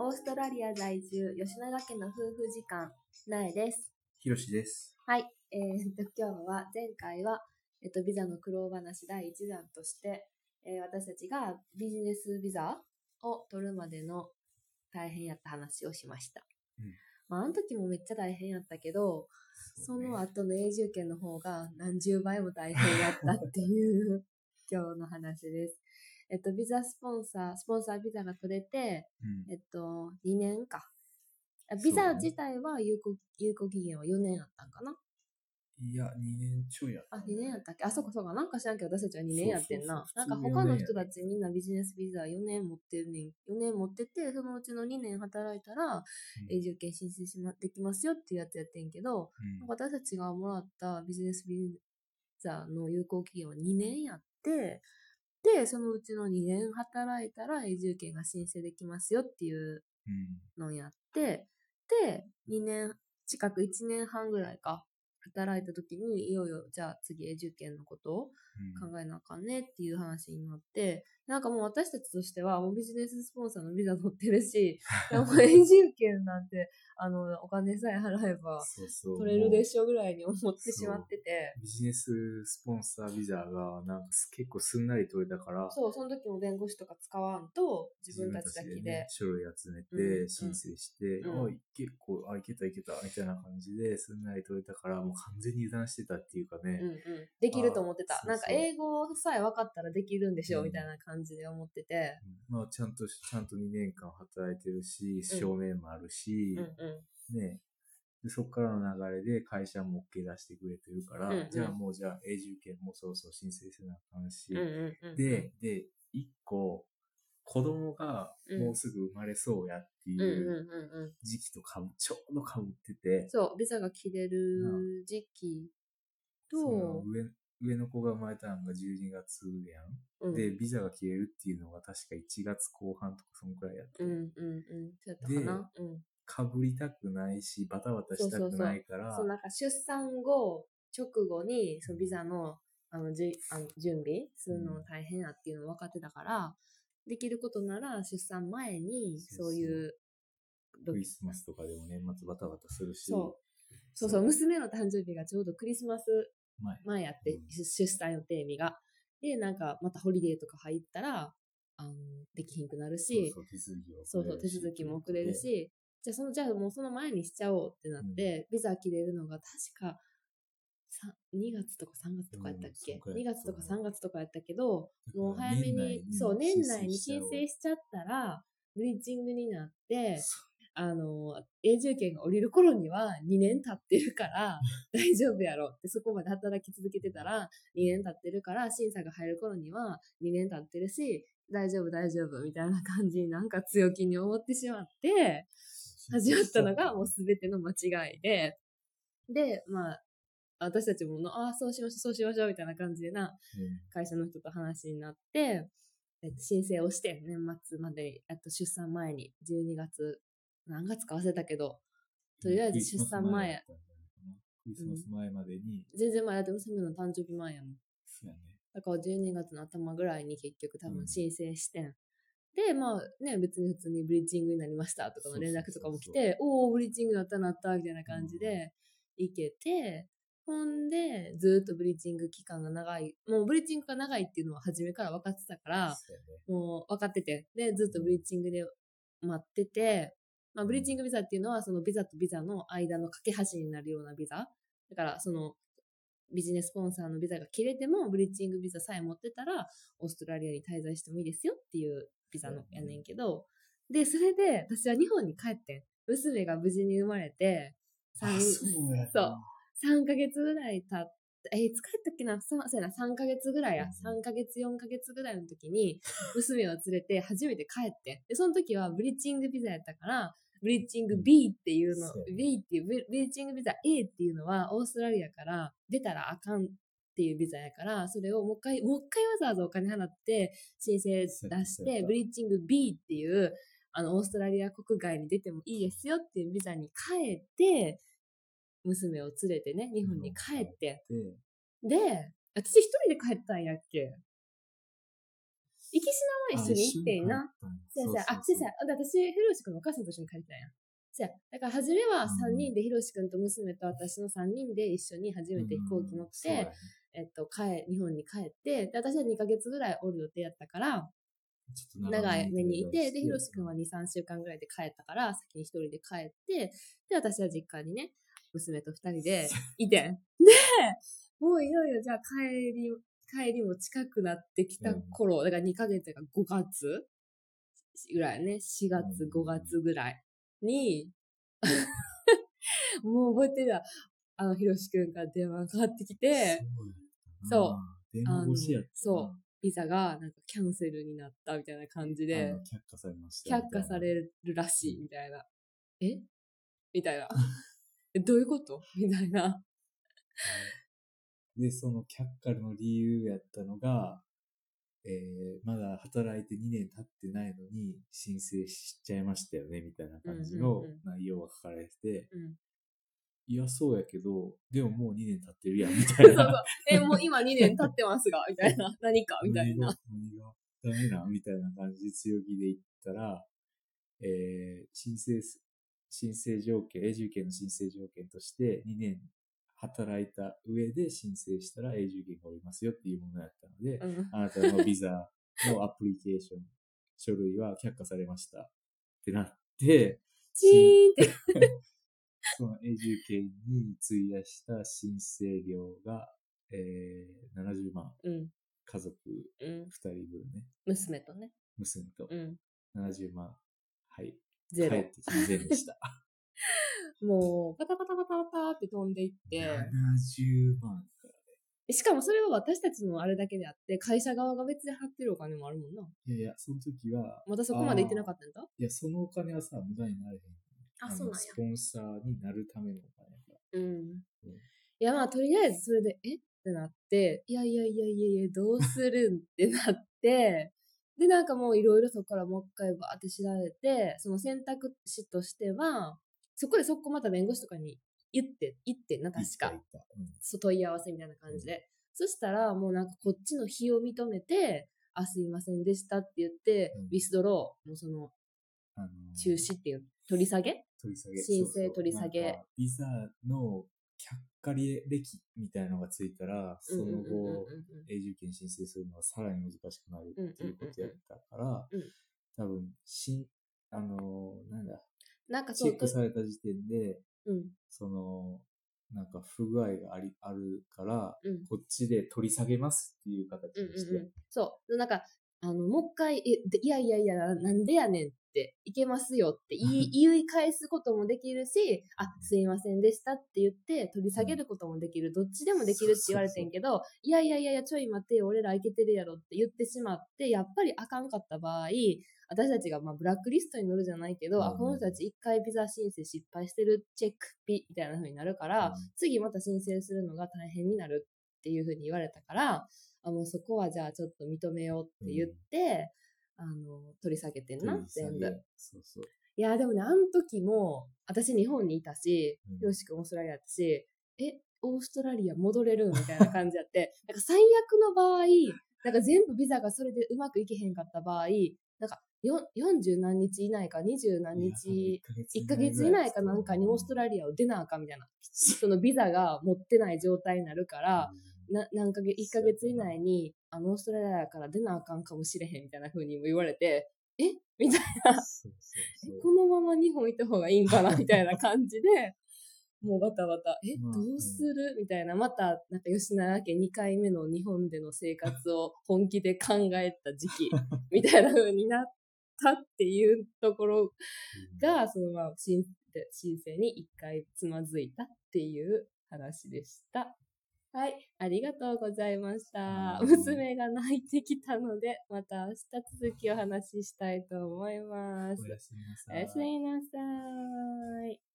オーストラリア在住、吉永家の夫婦時間、なえです。 ひろしです。 はい。今日は、前回は、ビザの苦労話第1弾として、私たちがビジネスビザを取るまでの大変やった話をしました。あの時もめっちゃ大変やったけど、その後の永住権の方が何十倍も大変やったっていう今日の話です。ビザスポンサービザが取れて、2年か。ビザ自体は有効期限は4年あったんかな。 いや、2年ちょいやった、 ね。2年やったっけ。そうか。なんか知らんけど、私たちは2年やってんな。なんか他の人たちみんなビジネスビザ4年持ってるねん。4年持ってて、そのうちの2年働いたら、永住権申請できますよっていうやつやってんけど、私たちがもらったビジネスビザの有効期限は2年やって、で、そのうちの2年働いたら永住権が申請できますよっていうのをやって、で、2年近く1年半ぐらいか、働いた時に、いよいよ、じゃあ次永住権のことを考えなあかんねっていう話になって、なんかもう私たちとしては、もうビジネススポンサーのビザ取ってるし、もう永住権なんて、お金さえ払えば取れるでしょぐらいに思ってしまってて。 ビジネススポンサービザがなんか結構すんなり取れたから、 そう、その時も弁護士とか使わんと、自分たちだけで。 書類集めて、申請して、結構、いけた、みたいな感じですんなり取れたから、もう完全に油断してたっていうかね。 できると思ってた。なんか英語さえ分かったらできるんでしょう、みたいな感じで思ってて。 まあ、ちゃんと2年間働いてるし、証明もあるし、ね。でそこからの流れで会社も OK 出してくれてるから、じゃあ永住権もそろそろ申請せなあかんし、で、一個、子供がもうすぐ生まれそうやっていう時期とちょうど被ってて、 そう、ビザが切れる時期と、 上の子が生まれたのが12月やん。で、ビザが切れるっていうのが確か1月後半とかそのくらいやって。 そうやったかな。 かぶりたくないし、バタバタしたくないから。 そう、なんか出産後、直後に、そのビザの、準備するの大変やっていうの分かってたから、できることなら出産前に、そういう、 クリスマスとかでも年末バタバタするし。 そう、娘の誕生日がちょうどクリスマス前やって、出産予定日が。で、なんかまたホリデーとか入ったら、できひんくなるし、手続きも遅れるし、じゃあもうその前にしちゃおうってなって、ビザ切れるのが確か2月とか3月とかやったっけ？ 2 月とか3月とかやったけど、もう早めに、年内に申請しちゃったら、ブリッジングになって、永住権が降りる頃には2年経ってるから大丈夫やろって、そこまで働き続けてたら2年経ってるから、審査が入る頃には2年経ってるし、大丈夫みたいな感じになんか強気に思ってしまって、始まったのがもう全ての間違いで、まあ、私たちもそうしましょうみたいな感じで会社の人と話になって、申請をして、年末まで、出産前に、12月、何月か忘れたけど、とりあえず出産前。 クリスマス前までに。 全然前だって娘の誕生日前やもん。 そうやね。 だから12月の頭ぐらいに結局多分申請してん。で、まあね、別に普通にブリッジングになりましたとかの連絡とかも来て、ブリッジングなったみたいな感じで行けて、ほんで、ずっとブリッジング期間が長い。もうブリッジングが長いっていうのは初めから分かってたから、もう分かってて。で、ずっとブリッジングで待ってて、まあ、ブリッジングビザっていうのは、そのビザとビザの間の架け橋になるようなビザ。だから、その、ビジネススポンサーのビザが切れても、ブリッジングビザさえ持ってたら、オーストラリアに滞在してもいいですよっていうビザのやねんけど、で、それで、私は日本に帰ってん。娘が無事に生まれて、3ヶ月ぐらい経って、いつ帰ったっけな、そうやな、3ヶ月ぐらいや。3ヶ月、4ヶ月ぐらいの時に、娘を連れて初めて帰って。で、その時はブリッジングビザやったから、ブリッジング B っていうの、B っていう、ブリッジングビザ A っていうのは、オーストラリアから出たらあかんっていうビザやから、それをもう一回わざわざお金払って申請出して、ブリッジング B っていう、オーストラリア国外に出てもいいですよっていうビザに変えて、娘を連れてね、日本に帰って。で、私一人で帰ったんやっけ？ 行きしなは一緒に行ってんな。そうや。私、ひろしくんのお母さんと一緒に帰ってたんや。そうや。だから初めは3人で、ひろしくんと娘と私の3人で一緒に初めて飛行機乗って、日本に帰って、で、私は2ヶ月ぐらいおる予定やったから、長い目にいて、で、ひろしくんは2、3週間ぐらいで帰ったから、先に一人で帰って、で、私は実家にね、娘と2人でいてん。で、もういよいよじゃあ帰りも近くなってきた頃、だから2ヶ月が5月ぐらいね、4月、5月ぐらいに、もう覚えてるわ。ひろしくんから電話がかかってきて、そう。 電話越しやった。 そう。ビザがなんかキャンセルになったみたいな感じで、 却下されました。 却下されるらしいみたいな。えみたいな。どういうことみたいな。 で、その却下の理由やったのが、まだ働いて2年経ってないのに申請しちゃいましたよね、みたいな感じの内容が書かれてて、いや、そうやけど、でももう2年経ってるやん、みたいな。 もう今2年経ってますが、みたいな。何かみたいな。 何がダメなみたいな感じで強気で言ったら、申請条件、永住権の申請条件として2年働いた上で申請したら永住権がおりますよっていうものだったので、あなたのビザのアプリケーション、書類は却下されましたってなって、 チーンってその永住権に費やした申請料が、70万、家族2人分ね。 娘とね。 娘と。70万。はい。 ゼロ。 帰ってきてゼロでした。 もう、パタパタパタパタって飛んでいって。 70万からね。しかもそれは私たちのあれだけであって、会社側が別で払ってるお金もあるもんな。 いや、その時は。 またそこまで言ってなかったんだ？ いや、そのお金はさ、無駄になれへん。 そうなんや。 スポンサーになるためのお金だ。 いや、まあ、とりあえずそれで、ってなって、いや、どうするんってなって、で、なんかもういろいろそこからもう一回バーって調べて、その選択肢としては、そこまた弁護士とかに言ってな、確か。問い合わせみたいな感じで。そしたら、もうなんかこっちの非を認めて、すいませんでしたって言って、ウィスドロー、もうその、中止っていう、取り下げ申請取り下げ。 ビザの却下歴みたいなのがついたら、その後、永住権申請するのはさらに難しくなるっていうことやったから、多分、なんだ、チェックされた時点で、その、なんか不具合があるから、こっちで取り下げますっていう形にして。 そう。なんか、もう一回、いや、なんでやねんっていけますよって言い返すこともできるし、すいませんでしたって言って取り下げることもできる。どっちでもできるって言われてんけど、いや、ちょい待ってよ、俺らいけてるやろって言ってしまって、やっぱりあかんかった場合、私たちがブラックリストに載るじゃないけど、この人たち一回ビザ申請失敗してるチェックピみたいな風になるから、次また申請するのが大変になるっていう風に言われたから、もうそこはじゃあちょっと認めようって言って、取り下げてんな、全部。いや、でもね、あの時も、私日本にいたし、よしくんオーストラリアやったし、オーストラリア戻れるみたいな感じやって、なんか最悪の場合、なんか全部ビザがそれでうまくいけへんかった場合、なんか40何日以内か20何日、1ヶ月以内かなんかにオーストラリアを出なあかんみたいな。そのビザが持ってない状態になるから、1ヶ月以内にオーストラリアから出なあかんかもしれへんみたいな風にも言われて、みたいな。このまま日本行った方がいいんかなみたいな感じで、もうバタバタ、どうするみたいな、また、なんか吉永家2回目の日本での生活を本気で考えた時期、みたいな風になったっていうところが、そのまま申請に1回つまずいたっていう話でした。はい、ありがとうございました。娘が泣いてきたので、また明日続きをお話ししたいと思います。 おやすみなさい。 おやすみなさい。